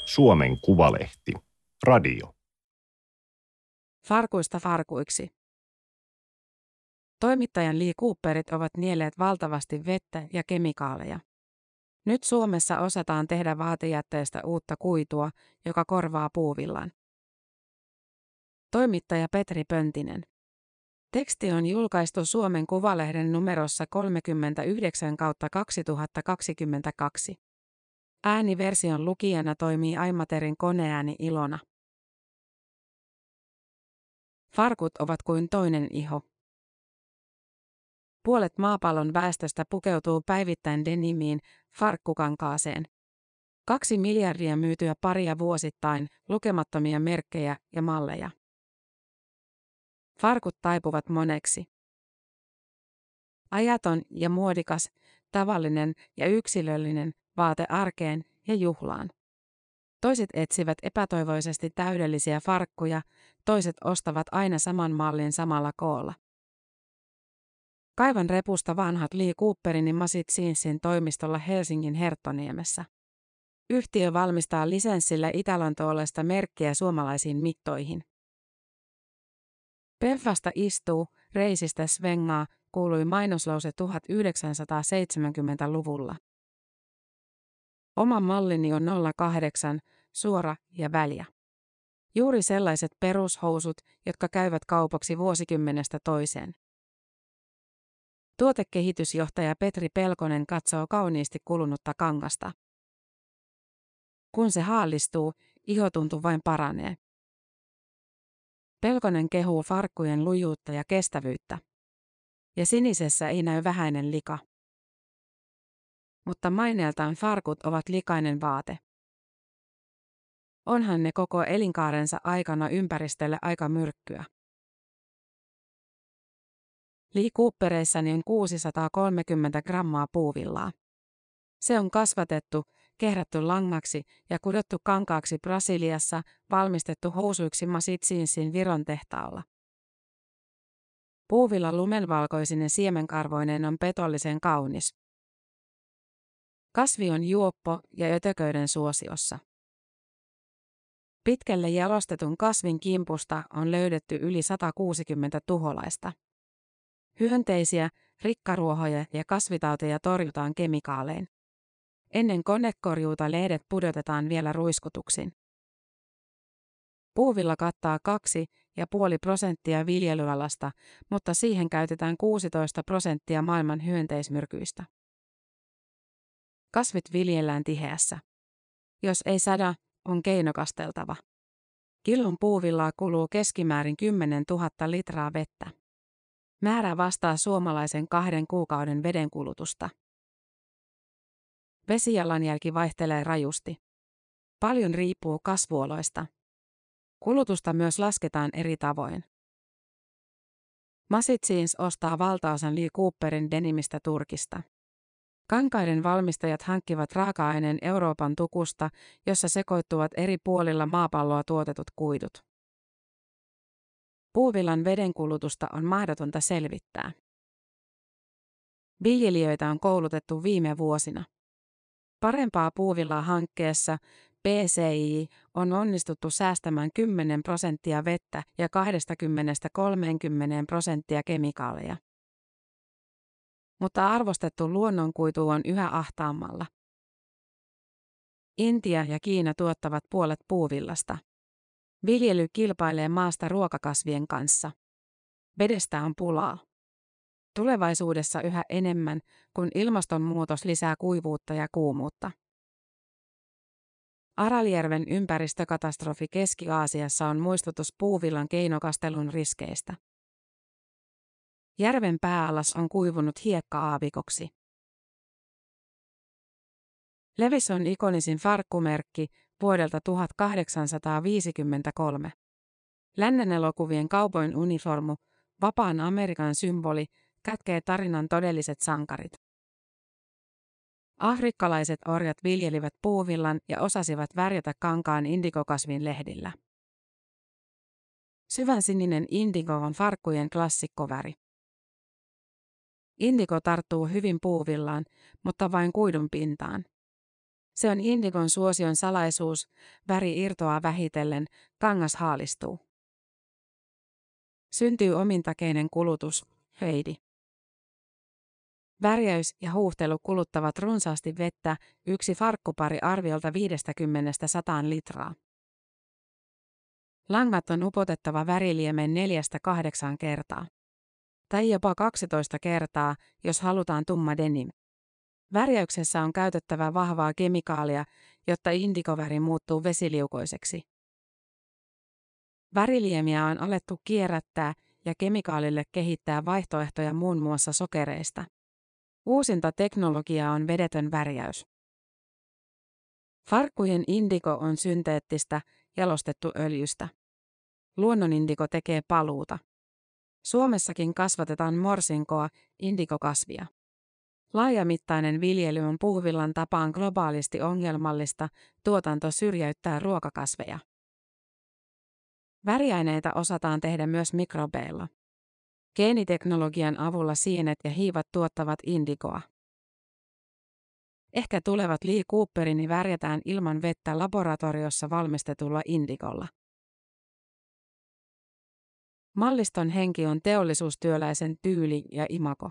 Suomen Kuvalehti. Radio. Farkuista farkuiksi. Toimittajan Lee Cooperit ovat nielleet valtavasti vettä ja kemikaaleja. Nyt Suomessa osataan tehdä vaatejätteestä uutta kuitua, joka korvaa puuvillan. Toimittaja Petri Pöntinen. Teksti on julkaistu Suomen Kuvalehden numerossa 39/2022. Ääniversion lukijana toimii Aimaterin koneääni Ilona. Farkut ovat kuin toinen iho. Puolet maapallon väestöstä pukeutuu päivittäin denimiin, farkkukankaaseen. 2 miljardia myytyä paria vuosittain, lukemattomia merkkejä ja malleja. Farkut taipuvat moneksi. Ajaton ja muodikas, tavallinen ja yksilöllinen vaate arkeen ja juhlaan. Toiset etsivät epätoivoisesti täydellisiä farkkuja, toiset ostavat aina saman mallin samalla koolla. Kaivan repusta vanhat Lee Cooperin ja Masit Jeansin toimistolla Helsingin Herttoniemessä. Yhtiö valmistaa lisenssillä Itälantoolesta merkkiä suomalaisiin mittoihin. Peffasta istuu, reisistä svengaa, kuului mainoslause 1970-luvulla. Oma mallini on 08, suora ja väljä. Juuri sellaiset perushousut, jotka käyvät kaupaksi vuosikymmenestä toiseen. Tuotekehitysjohtaja Petri Pelkonen katsoo kauniisti kulunutta kangasta. Kun se haallistuu, ihotuntu vain paranee. Pelkonen kehuu farkkujen lujuutta ja kestävyyttä. Ja sinisessä ei näy vähäinen lika. Mutta maineeltaan farkut ovat likainen vaate. Onhan ne koko elinkaarensa aikana ympäristölle aika myrkkyä. Lee Coopereissani on 630 grammaa puuvillaa. Se on kasvatettu, kehrätty langaksi ja kudottu kankaaksi Brasiliassa, valmistettu housuiksi Masit Jeansin Viron tehtaalla. Puuvilla lumenvalkoisinen siemenkarvoinen on petollisen kaunis. Kasvi on juoppo ja ötököiden suosiossa. Pitkälle jalostetun kasvin kimpusta on löydetty yli 160 tuholaista. Hyönteisiä, rikkaruohoja ja kasvitauteja torjutaan kemikaalein. Ennen konekorjuuta lehdet pudotetaan vielä ruiskutuksin. Puuvilla kattaa 2,5% viljelyalasta, mutta siihen käytetään 16% maailman hyönteismyrkyistä. Kasvit viljellään tiheässä. Jos ei sada, on keinokasteltava. Kilon puuvillaa kuluu keskimäärin 10 000 litraa vettä. Määrä vastaa suomalaisen 2 kuukauden vedenkulutusta. Vesijalanjälki vaihtelee rajusti. Paljon riippuu kasvuoloista. Kulutusta myös lasketaan eri tavoin. Masit Jeans ostaa valtaosan Lee Cooperin denimistä Turkista. Kankaiden valmistajat hankkivat raaka-aineen Euroopan tukusta, jossa sekoittuvat eri puolilla maapalloa tuotetut kuidut. Puuvillan vedenkulutusta on mahdotonta selvittää. Viljelijöitä on koulutettu viime vuosina. Parempaa puuvillaa hankkeessa PCI on onnistuttu säästämään 10% vettä ja 20–30% kemikaaleja. Mutta arvostettu luonnonkuitu on yhä ahtaammalla. Intia ja Kiina tuottavat puolet puuvillasta. Viljely kilpailee maasta ruokakasvien kanssa. Vedestä on pulaa. Tulevaisuudessa yhä enemmän, kun ilmastonmuutos lisää kuivuutta ja kuumuutta. Araljärven ympäristökatastrofi Keski-Aasiassa on muistutus puuvillan keinokastelun riskeistä. Järven pääallas on kuivunut hiekka-aavikoksi. Levi's on ikonisin farkkumerkki vuodelta 1853. Lännen elokuvien cowboyn uniformu, vapaan Amerikan symboli, kätkee tarinan todelliset sankarit. Afrikkalaiset orjat viljelivät puuvillan ja osasivat värjätä kankaan indigokasvin lehdillä. Syvän sininen indigo on farkkujen klassikkoväri. Indigo tarttuu hyvin puuvillaan, mutta vain kuidun pintaan. Se on indigon suosion salaisuus, väri irtoaa vähitellen, kangas haalistuu. Syntyy omintakeinen kulutus, Heidi. Värjäys ja huuhtelu kuluttavat runsaasti vettä, yksi farkkupari arviolta 50–100 litraa. Langat on upotettava väriliemeen 4–8 kertaa. Tai jopa 12 kertaa, jos halutaan tumma denim. Värjäyksessä on käytettävä vahvaa kemikaalia, jotta indigoväri muuttuu vesiliukoiseksi. Väriliemiä on alettu kierrättää ja kemikaalille kehittää vaihtoehtoja muun muassa sokereista. Uusinta teknologiaa on vedetön värjäys. Farkkujen indigo on synteettistä, jalostettu öljystä. Luonnonindiko tekee paluuta. Suomessakin kasvatetaan morsinkoa, indigokasvia. Laajamittainen viljely on puuvillan tapaan globaalisti ongelmallista, tuotanto syrjäyttää ruokakasveja. Väriaineita osataan tehdä myös mikrobeilla. Geeniteknologian avulla sienet ja hiivat tuottavat indigoa. Ehkä tulevat Lee Cooperini värjätään ilman vettä laboratoriossa valmistetulla indigolla. Malliston henki on teollisuustyöläisen tyyli ja imago.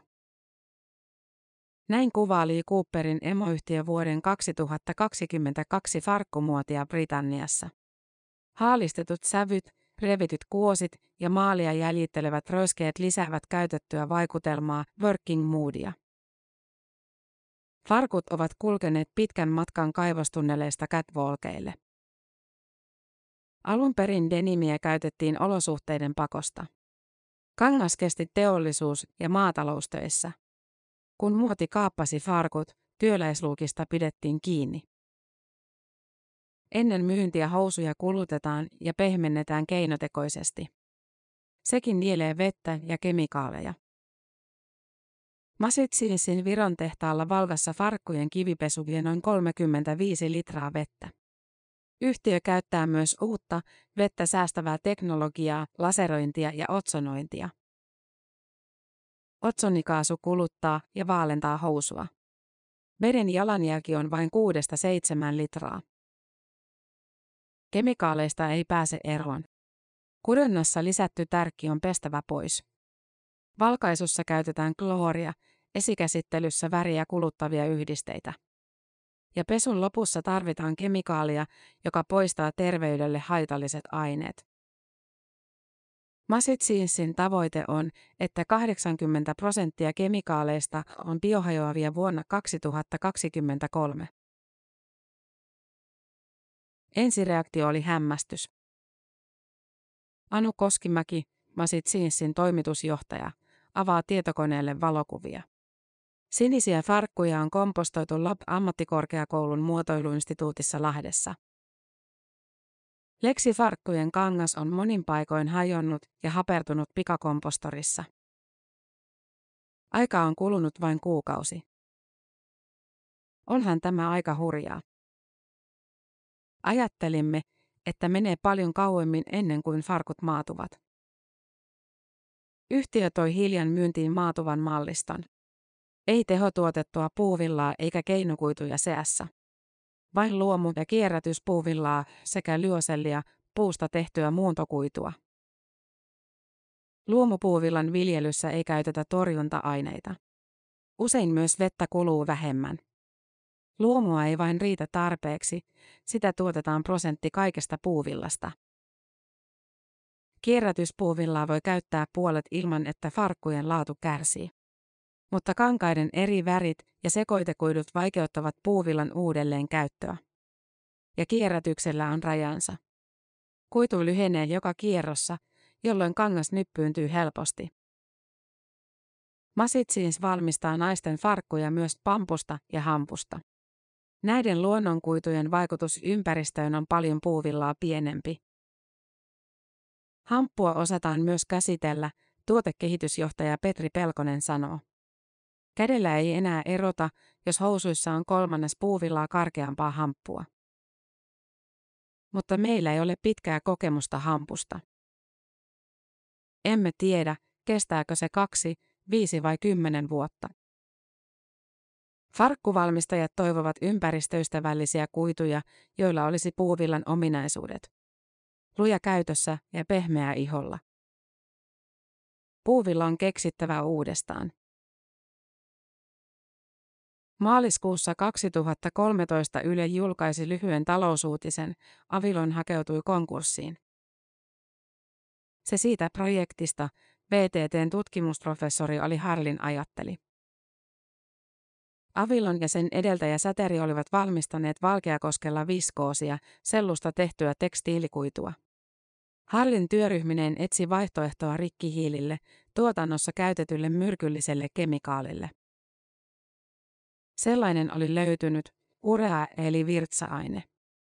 Näin kuvaa Lee Cooperin emoyhtiö vuoden 2022 farkkumuotia Britanniassa. Haalistetut sävyt, revityt kuosit ja maalia jäljittelevät röskeet lisäävät käytettyä vaikutelmaa, working moodia. Farkut ovat kulkeneet pitkän matkan kaivostunneleista catwalkeille. Alun perin denimiä käytettiin olosuhteiden pakosta. Kangas kesti teollisuus- ja maataloustöissä. Kun muoti kaappasi farkut, työläisluukista pidettiin kiinni. Ennen myyntiä housuja kulutetaan ja pehmennetään keinotekoisesti. Sekin nielee vettä ja kemikaaleja. Massachusettsin Viron tehtaalla valvassa farkkujen kivipesu vie noin 35 litraa vettä. Yhtiö käyttää myös uutta, vettä säästävää teknologiaa, laserointia ja otsonointia. Otsonikaasu kuluttaa ja vaalentaa housua. Veden jalanjälki on vain 6–7 litraa. Kemikaaleista ei pääse eroon. Kudonnassa lisätty tärkki on pestävä pois. Valkaisussa käytetään klooria, esikäsittelyssä väriä kuluttavia yhdisteitä. Ja pesun lopussa tarvitaan kemikaalia, joka poistaa terveydelle haitalliset aineet. Massachusettsin tavoite on, että 80% kemikaaleista on biohajoavia vuonna 2023. Ensireaktio oli hämmästys. Anu Koskimäki, Massachusettsin toimitusjohtaja, avaa tietokoneelle valokuvia. Sinisiä farkkuja on kompostoitu Lab-ammattikorkeakoulun muotoiluinstituutissa Lahdessa. Leksifarkkujen kangas on monin paikoin hajonnut ja hapertunut pikakompostorissa. Aika on kulunut vain kuukausi. Onhan tämä aika hurjaa. Ajattelimme, että menee paljon kauemmin ennen kuin farkut maatuvat. Yhtiö toi hiljan myyntiin maatuvan malliston. Ei tehotuotettua puuvillaa eikä keinokuituja seassa. Vain luomu- ja kierrätyspuuvillaa sekä lyosellia, puusta tehtyä muuntokuitua. Luomupuuvillan viljelyssä ei käytetä torjunta-aineita. Usein myös vettä kuluu vähemmän. Luomua ei vain riitä tarpeeksi, sitä tuotetaan prosentti kaikesta puuvillasta. Kierrätyspuuvillaa voi käyttää puolet ilman, että farkkujen laatu kärsii. Mutta kankaiden eri värit ja sekoitekuidut vaikeuttavat puuvillan uudelleen käyttöä. Ja kierrätyksellä on rajansa. Kuitu lyhenee joka kierrossa, jolloin kangas nyppyyntyy helposti. Massachusetts valmistaa naisten farkkuja myös pampusta ja hampusta. Näiden luonnonkuitujen vaikutus ympäristöön on paljon puuvillaa pienempi. Hamppua osataan myös käsitellä, tuotekehitysjohtaja Petri Pelkonen sanoo. Kädellä ei enää erota, jos housuissa on 1/3 puuvillaa karkeampaa hamppua. Mutta meillä ei ole pitkää kokemusta hampusta. Emme tiedä, kestääkö se 2, 5 vai 10 vuotta. Farkkuvalmistajat toivovat ympäristöystävällisiä kuituja, joilla olisi puuvillan ominaisuudet. Luja käytössä ja pehmeä iholla. Puuvilla on keksittävä uudestaan. Maaliskuussa 2013 Yle julkaisi lyhyen talousuutisen, Avilon hakeutui konkurssiin. Se siitä projektista, VTT:n tutkimusprofessori Ali Harlin ajatteli. Avilon ja sen edeltäjä Säteri olivat valmistaneet Valkeakoskella viskoosia, sellusta tehtyä tekstiilikuitua. Harlin työryhmineen etsi vaihtoehtoa rikkihiilille, tuotannossa käytetylle myrkylliselle kemikaalille. Sellainen oli löytynyt, urea eli virtsa-aine.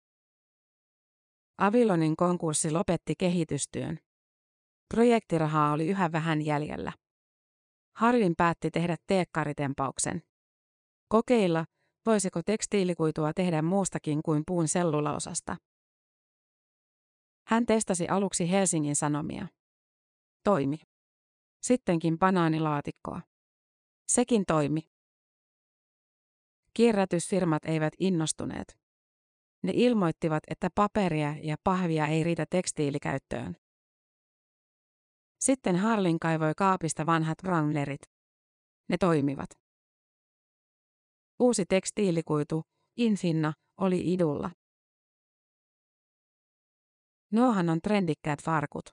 Avilonin konkurssi lopetti kehitystyön. Projektirahaa oli yhä vähän jäljellä. Harlin päätti tehdä teekkaritempauksen. Kokeilla, voisiko tekstiilikuitua tehdä muustakin kuin puun sellulaosasta. Hän testasi aluksi Helsingin Sanomia. Toimi. Sittenkin banaanilaatikkoa. Sekin toimi. Kierrätysfirmat eivät innostuneet. Ne ilmoittivat, että paperia ja pahvia ei riitä tekstiilikäyttöön. Sitten Harlin kaivoi kaapista vanhat Wranglerit. Ne toimivat. Uusi tekstiilikuitu, Infinna, oli idulla. Nuohan on trendikkäät farkut.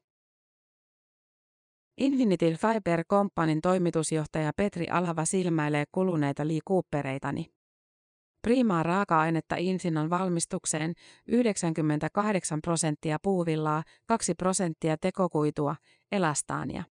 Infinity Fiber Companyn toimitusjohtaja Petri Alava silmäilee kuluneita Lee Coopereitani. Primaa raaka-ainetta Infinnan valmistukseen 98% puuvillaa, 2% tekokuitua, elastaania.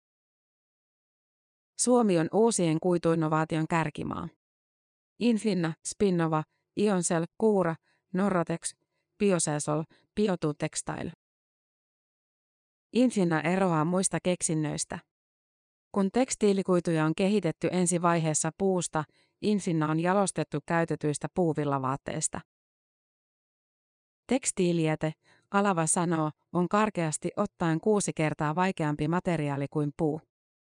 Suomi on uusien kuituinnovaation kärkimaa. Infinna, Spinnova, Ioncell, Cura, Norratex, Biosensol, Biotu Textile. Infinna eroaa muista keksinnöistä. Kun tekstiilikuituja on kehitetty ensi vaiheessa puusta, Infinna on jalostettu käytetyistä puuvillavaatteista. Tekstiilijäte, Alava sanoo, on karkeasti ottaen 6 kertaa vaikeampi materiaali kuin puu.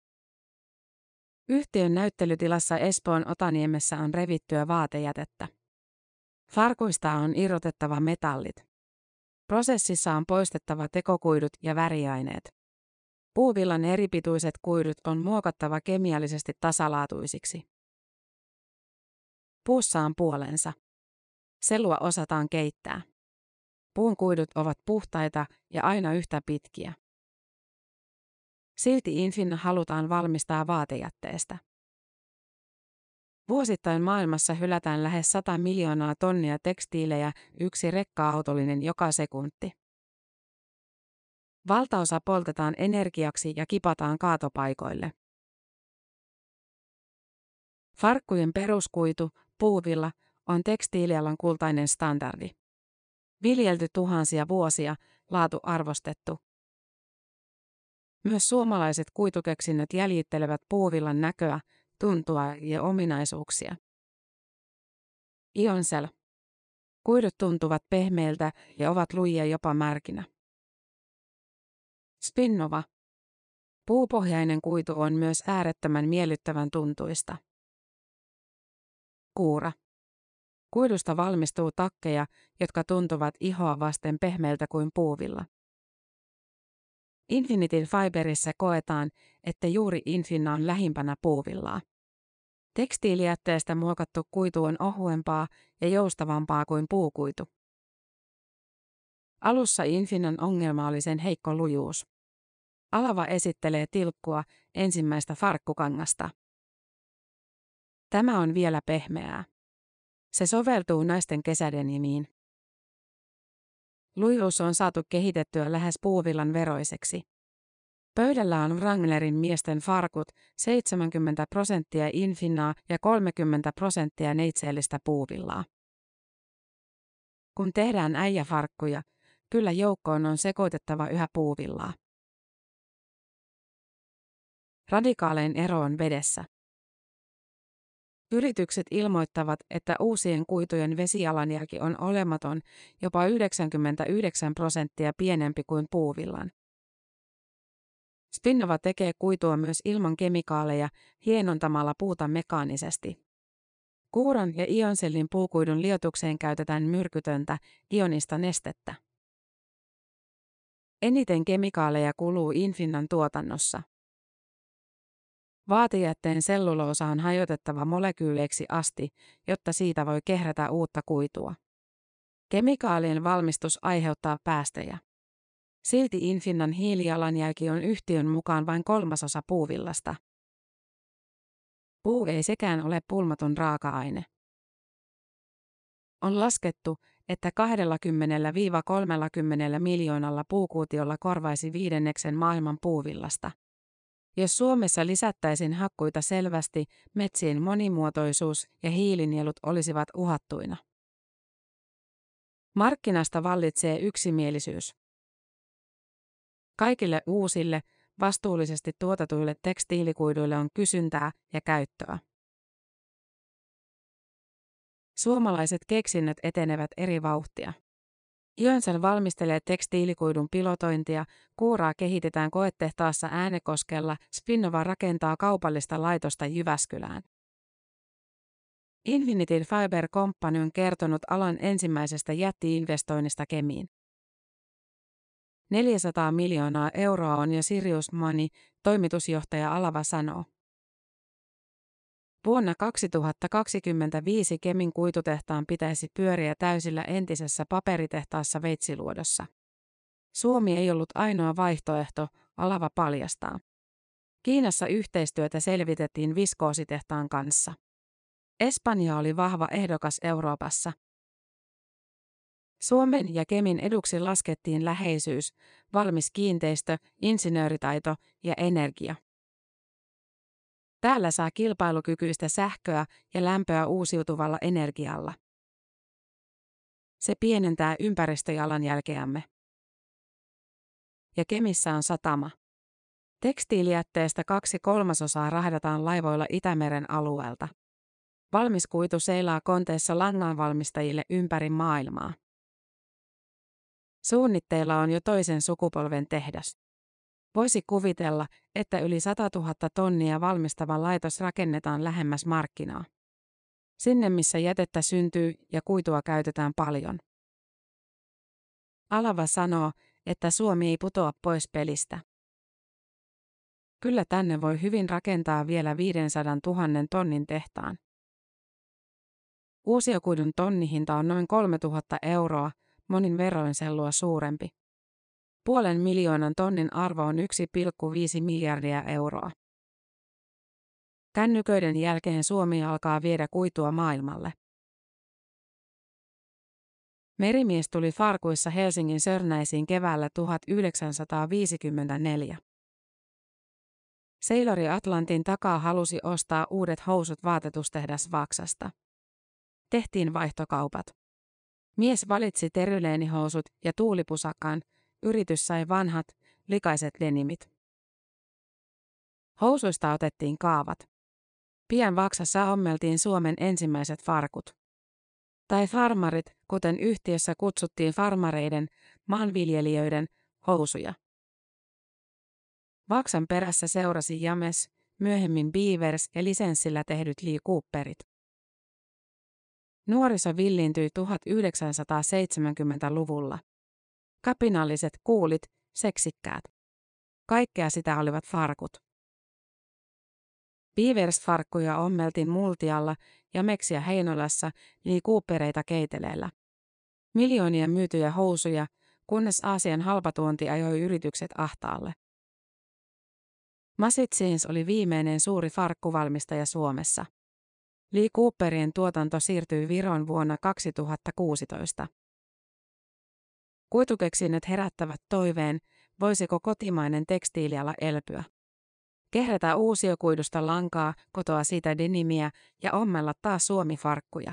Yhtiön näyttelytilassa Espoon Otaniemessä on revittyä vaatejätettä. Farkuista on irrotettava metallit. Prosessissa on poistettava tekokuidut ja väriaineet. Puuvillan eripituiset kuidut on muokattava kemiallisesti tasalaatuisiksi. Puussa on puolensa. Sellua osataan keittää. Puun kuidut ovat puhtaita ja aina yhtä pitkiä. Silti Infinna halutaan valmistaa vaatejätteestä. Vuosittain maailmassa hylätään lähes 100 miljoonaa tonnia tekstiilejä, 1 rekka-autollinen joka sekunti. Valtaosa poltetaan energiaksi ja kipataan kaatopaikoille. Farkkujen peruskuitu, puuvilla, on tekstiilialan kultainen standardi. Viljelty tuhansia vuosia, laatu arvostettu. Myös suomalaiset kuitukeksinnöt jäljittelevät puuvillan näköä, tuntua ja ominaisuuksia. Ioncell. Kuidut tuntuvat pehmeiltä ja ovat lujia jopa märkinä. Spinnova. Puupohjainen kuitu on myös äärettömän miellyttävän tuntuista. Cura. Kuidusta valmistuu takkeja, jotka tuntuvat ihoa vasten pehmeiltä kuin puuvilla. Infinity Fiberissa koetaan, että juuri Infinna on lähimpänä puuvillaa. Tekstiilijätteestä muokattu kuitu on ohuempaa ja joustavampaa kuin puukuitu. Alussa Infinnan ongelma oli sen heikko lujuus. Alava esittelee tilkkua, ensimmäistä farkkukangasta. Tämä on vielä pehmeää. Se soveltuu naisten kesädenimiin. Lujuus on saatu kehitettyä lähes puuvillan veroiseksi. Pöydällä on Wranglerin miesten farkut, 70% Infinnaa ja 30% neitseellistä puuvillaa. Kun tehdään äijäfarkkuja, kyllä joukkoon on sekoitettava yhä puuvillaa. Radikaalein ero on vedessä. Yritykset ilmoittavat, että uusien kuitujen vesijalanjälki on olematon, jopa 99% pienempi kuin puuvillan. Spinnova tekee kuitua myös ilman kemikaaleja, hienontamalla puuta mekaanisesti. Kuuron ja ioncellin puukuidun liotukseen käytetään myrkytöntä, ionista nestettä. Eniten kemikaaleja kuluu Infinnan tuotannossa. Vaatejätteen selluloosa on hajotettava molekyyleiksi asti, jotta siitä voi kehrätä uutta kuitua. Kemikaalien valmistus aiheuttaa päästöjä. Silti Infinnan hiilijalanjälki on yhtiön mukaan vain 1/3 puuvillasta. Puu ei sekään ole pulmaton raaka-aine. On laskettu, että 20–30 miljoonalla puukuutiolla korvaisi 1/5 maailman puuvillasta. Jos Suomessa lisättäisiin hakkuita selvästi, metsien monimuotoisuus ja hiilinielut olisivat uhattuina. Markkinasta vallitsee yksimielisyys. Kaikille uusille, vastuullisesti tuotetuille tekstiilikuiduille on kysyntää ja käyttöä. Suomalaiset keksinnöt etenevät eri vauhtia. Ioncell valmistelee tekstiilikuidun pilotointia, kuuraa kehitetään koetehtaassa Äänekoskella, Spinnova rakentaa kaupallista laitosta Jyväskylään. Infinity Fiber Company on kertonut alan ensimmäisestä jätti-investoinnista Kemiin. 400 miljoonaa euroa on jo Sirius Money, toimitusjohtaja Alava sanoo. Vuonna 2025 Kemin kuitutehtaan pitäisi pyöriä täysillä entisessä paperitehtaassa Veitsiluodossa. Suomi ei ollut ainoa vaihtoehto, Alava paljastaa. Kiinassa yhteistyötä selvitettiin viskoositehtaan kanssa. Espanja oli vahva ehdokas Euroopassa. Suomen ja Kemin eduksi laskettiin läheisyys, valmis kiinteistö, insinööritaito ja energia. Täällä saa kilpailukykyistä sähköä ja lämpöä uusiutuvalla energialla. Se pienentää ympäristöjalanjälkeämme. Ja Kemissä on satama. Tekstiilijätteestä 2/3 rahdataan laivoilla Itämeren alueelta. Valmis kuitu seilaa konteissa langanvalmistajille ympäri maailmaa. Suunnitteilla on jo toisen sukupolven tehdas. Voisi kuvitella, että yli 100 000 tonnia valmistava laitos rakennetaan lähemmäs markkinaa. Sinne missä jätettä syntyy ja kuitua käytetään paljon. Alava sanoo, että Suomi ei putoa pois pelistä. Kyllä tänne voi hyvin rakentaa vielä 500 000 tonnin tehtaan. Uusiokuidun tonnihinta on noin 3 000 euroa, monin verroin sellua suurempi. 500 000 tonnin arvo on 1,5 miljardia euroa. Kännyköiden jälkeen Suomi alkaa viedä kuitua maailmalle. Merimies tuli farkuissa Helsingin Sörnäisiin keväällä 1954. Seilori Atlantin takaa halusi ostaa uudet housut vaatetustehdas Vaksasta. Tehtiin vaihtokaupat. Mies valitsi teryleenihousut ja tuulipusakan, yritys sai vanhat, likaiset denimit. Housuista otettiin kaavat. Pian Vaksassa ommeltiin Suomen ensimmäiset farkut. Tai farmarit, kuten yhtiössä kutsuttiin farmareiden, maanviljelijöiden, housuja. Vaksan perässä seurasi James, myöhemmin Beavers ja lisenssillä tehdyt Lee Cooperit. Nuoriso villiintyi 1970-luvulla. Kapinalliset, kuulit, seksikkäät. Kaikkea sitä olivat farkut. Beavers-farkkuja ommeltiin Multialla ja Meksia Heinolassa, Lee Coopereita Keiteleellä. Miljoonia myytyjä housuja, kunnes Aasian halpatuonti ajoi yritykset ahtaalle. Massey Jeans oli viimeinen suuri farkkuvalmistaja Suomessa. Lee Cooperien tuotanto siirtyi Viroon vuonna 2016. Kuitukeksinnöt herättävät toiveen, voisiko kotimainen tekstiiliala elpyä. Kehrätä uusiokuidusta lankaa, kotoa siitä denimiä ja ommella taas Suomi-farkkuja.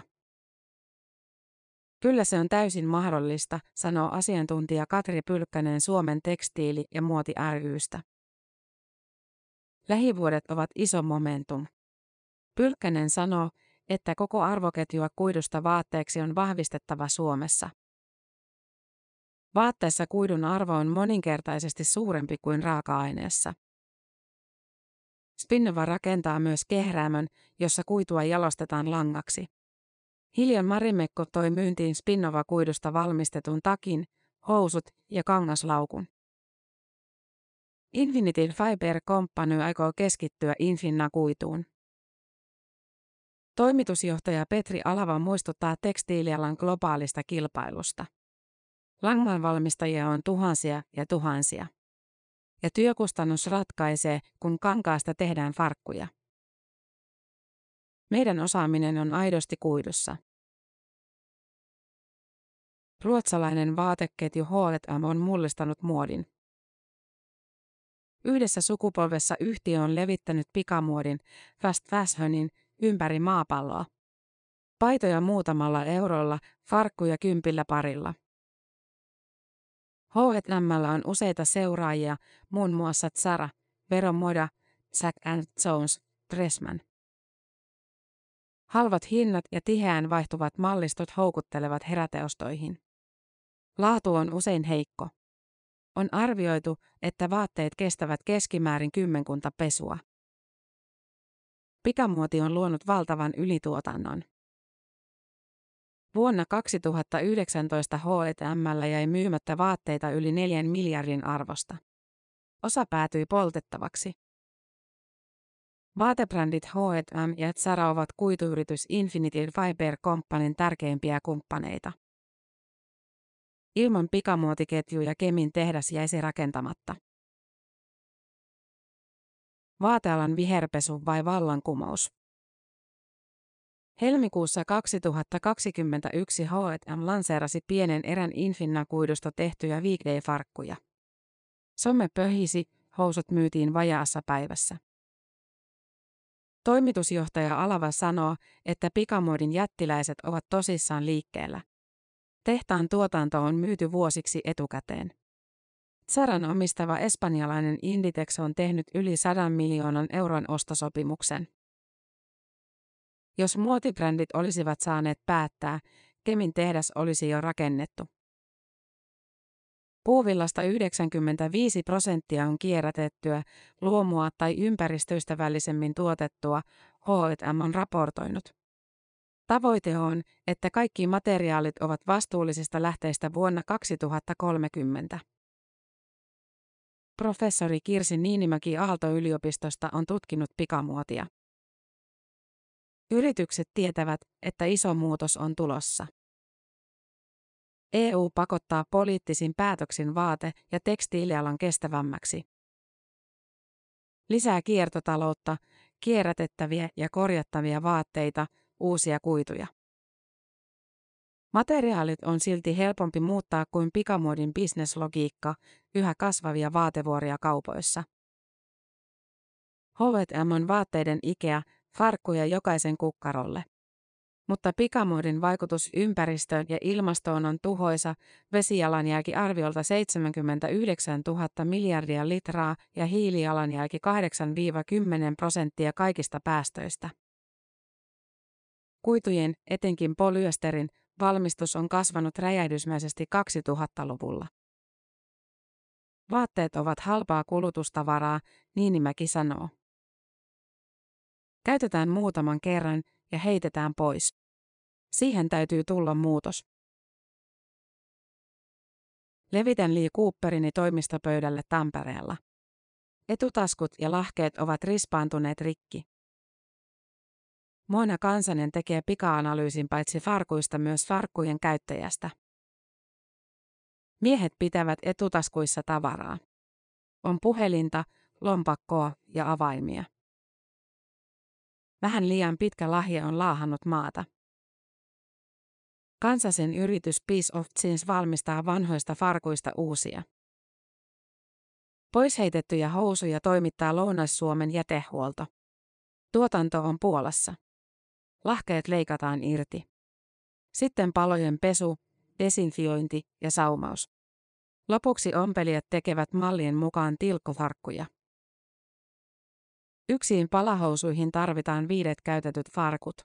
Kyllä se on täysin mahdollista, sanoo asiantuntija Katri Pylkkänen Suomen tekstiili- ja muoti ry:stä. Lähivuodet ovat iso momentum. Pylkkänen sanoo, että koko arvoketjua kuidusta vaatteeksi on vahvistettava Suomessa. Vaatteessa kuidun arvo on moninkertaisesti suurempi kuin raaka-aineessa. Spinnova rakentaa myös kehräämön, jossa kuitua jalostetaan langaksi. Hiljan Marimekko toi myyntiin Spinnova-kuidusta valmistetun takin, housut ja kangaslaukun. Infinity Fiber Company aikoo keskittyä Infinna-kuituun. Toimitusjohtaja Petri Alava muistuttaa tekstiilialan globaalista kilpailusta. Langanvalmistajia on tuhansia ja tuhansia. Ja työkustannus ratkaisee, kun kankaasta tehdään farkkuja. Meidän osaaminen on aidosti kuidussa. Ruotsalainen vaateketju H&M on mullistanut muodin. Yhdessä sukupolvessa yhtiö on levittänyt pikamuodin, fast fashionin, ympäri maapalloa. Paitoja muutamalla eurolla, farkkuja 10 parilla. H&M:llä on useita seuraajia, muun muassa Zara, Vero Moda, Jack & Jones, Dressman. Halvat hinnat ja tiheään vaihtuvat mallistot houkuttelevat heräteostoihin. Laatu on usein heikko. On arvioitu, että vaatteet kestävät keskimäärin 10 pesua. Pikamuoti on luonut valtavan ylituotannon. Vuonna 2019 H&M:llä jäi myymättä vaatteita yli 4 miljardin arvosta. Osa päätyi poltettavaksi. Vaatebrändit H&M ja Zara ovat kuituyritys Infinity Fiber Companyn tärkeimpiä kumppaneita. Ilman pikamuotiketjuja Kemin tehdas jäisi rakentamatta. Vaatealan viherpesu vai vallankumous? Helmikuussa 2021 H&M lanseerasi pienen erän Infinna-kuidusta tehtyjä weekday-farkkuja. Some pöhisi, housut myytiin vajaassa päivässä. Toimitusjohtaja Alava sanoo, että pikamuodin jättiläiset ovat tosissaan liikkeellä. Tehtaan tuotanto on myyty vuosiksi etukäteen. Zaran omistava espanjalainen Inditex on tehnyt yli 100 miljoonan euron ostosopimuksen. Jos muotibrändit olisivat saaneet päättää, Kemin tehdas olisi jo rakennettu. Puuvillasta 95% on kierrätettyä, luomua tai ympäristöystävällisemmin tuotettua, H&M on raportoinut. Tavoite on, että kaikki materiaalit ovat vastuullisista lähteistä vuonna 2030. Professori Kirsi Niinimäki Aalto-yliopistosta on tutkinut pikamuotia. Yritykset tietävät, että iso muutos on tulossa. EU pakottaa poliittisin päätöksin vaate- ja tekstiilialan kestävämmäksi. Lisää kiertotaloutta, kierrätettäviä ja korjattavia vaatteita, uusia kuituja. Materiaalit on silti helpompi muuttaa kuin pikamuodin bisneslogiikka, yhä kasvavia vaatevuoria kaupoissa. H&M on vaatteiden Ikea, farkkuja jokaisen kukkarolle. Mutta pikamuodin vaikutus ympäristöön ja ilmastoon on tuhoisa, vesijalanjälki arviolta 79 000 miljardia litraa ja hiilijalanjälki 8–10% kaikista päästöistä. Kuitujen, etenkin polyesterin, valmistus on kasvanut räjähdysmäisesti 2000-luvulla. Vaatteet ovat halpaa kulutustavaraa, Niinimäki sanoo. Käytetään muutaman kerran ja heitetään pois. Siihen täytyy tulla muutos. Levitän Lee Cooperini toimistopöydälle Tampereella. Etutaskut ja lahkeet ovat rispaantuneet rikki. Moina Kansanen tekee pika-analyysin paitsi farkuista myös farkkujen käyttäjästä. Miehet pitävät etutaskuissa tavaraa. On puhelinta, lompakkoa ja avaimia. Vähän liian pitkä lahja on laahannut maata. Kansasen yritys Piece of Jeans valmistaa vanhoista farkuista uusia. Poisheitettyjä housuja toimittaa Lounais-Suomen jätehuolto. Tuotanto on Puolassa. Lahkeet leikataan irti. Sitten palojen pesu, desinfiointi ja saumaus. Lopuksi ompelijat tekevät mallien mukaan tilkkufarkkuja. Yksin palahousuihin tarvitaan 5 käytetyt farkut.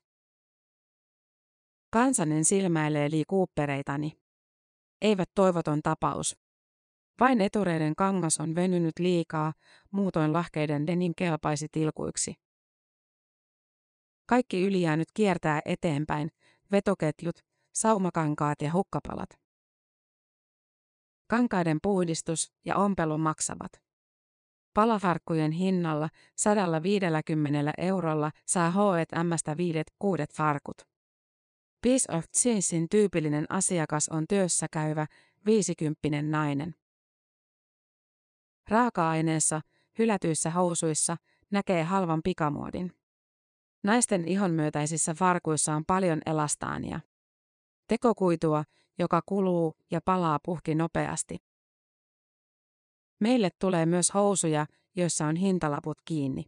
Kansanen silmäilee Lee Coopereitani. Eivät toivoton tapaus. Vain etureiden kangas on venynyt liikaa, muutoin lahkeiden denim kelpaisi tilkuiksi. Kaikki ylijäänyt kiertää eteenpäin, vetoketjut, saumakankaat ja hukkapalat. Kankaiden puhdistus ja ompelu maksavat. Palafarkkujen hinnalla 150 eurolla saa H&M:stä 5-6 farkut. Piece of Jeansin tyypillinen asiakas on työssäkäyvä, 50 nainen. Raaka-aineessa, hylätyissä housuissa, näkee halvan pikamuodin. Naisten ihonmyötäisissä farkuissa on paljon elastaania. Tekokuitua, joka kuluu ja palaa puhki nopeasti. Meille tulee myös housuja, joissa on hintalaput kiinni.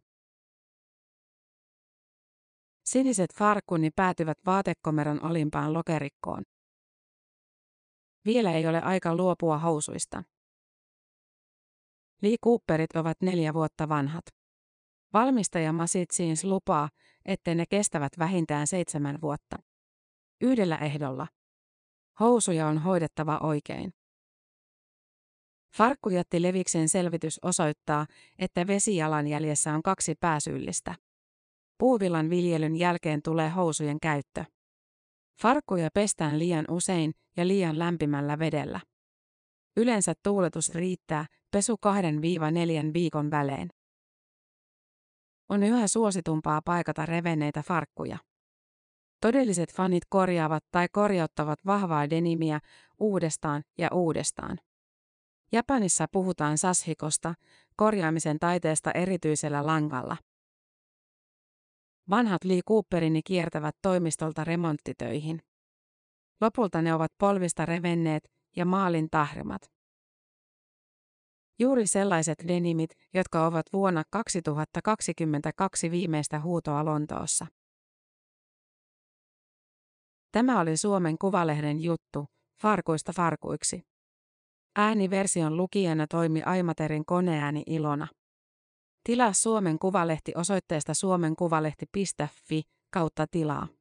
Siniset farkkuni päätyvät vaatekomeron alimpaan lokerikkoon. Vielä ei ole aika luopua housuista. Lee Cooperit ovat 4 vuotta vanhat. Valmistaja Massey Jeans lupaa, että ne kestävät vähintään 7 vuotta. Yhdellä ehdolla. Housuja on hoidettava oikein. Farkkujätti Leviksen selvitys osoittaa, että vesijalanjäljessä on 2 pääsyyllistä. Puuvillan viljelyn jälkeen tulee housujen käyttö. Farkkuja pestään liian usein ja liian lämpimällä vedellä. Yleensä tuuletus riittää, pesu 2-4 viikon välein. On yhä suositumpaa paikata revenneitä farkkuja. Todelliset fanit korjaavat tai korjauttavat vahvaa denimiä uudestaan ja uudestaan. Japanissa puhutaan sashikosta, korjaamisen taiteesta erityisellä langalla. Vanhat Lee Cooperini kiertävät toimistolta remonttitöihin. Lopulta ne ovat polvista revenneet ja maalin tahrimat. Juuri sellaiset denimit, jotka ovat vuonna 2022 viimeistä huutoa Lontoossa. Tämä oli Suomen Kuvalehden juttu, farkuista farkuiksi. Ääniversion lukijana toimi Aimaterin koneääni Ilona. Tilaa Suomen Kuvalehti osoitteesta suomenkuvalehti.fi/tilaa.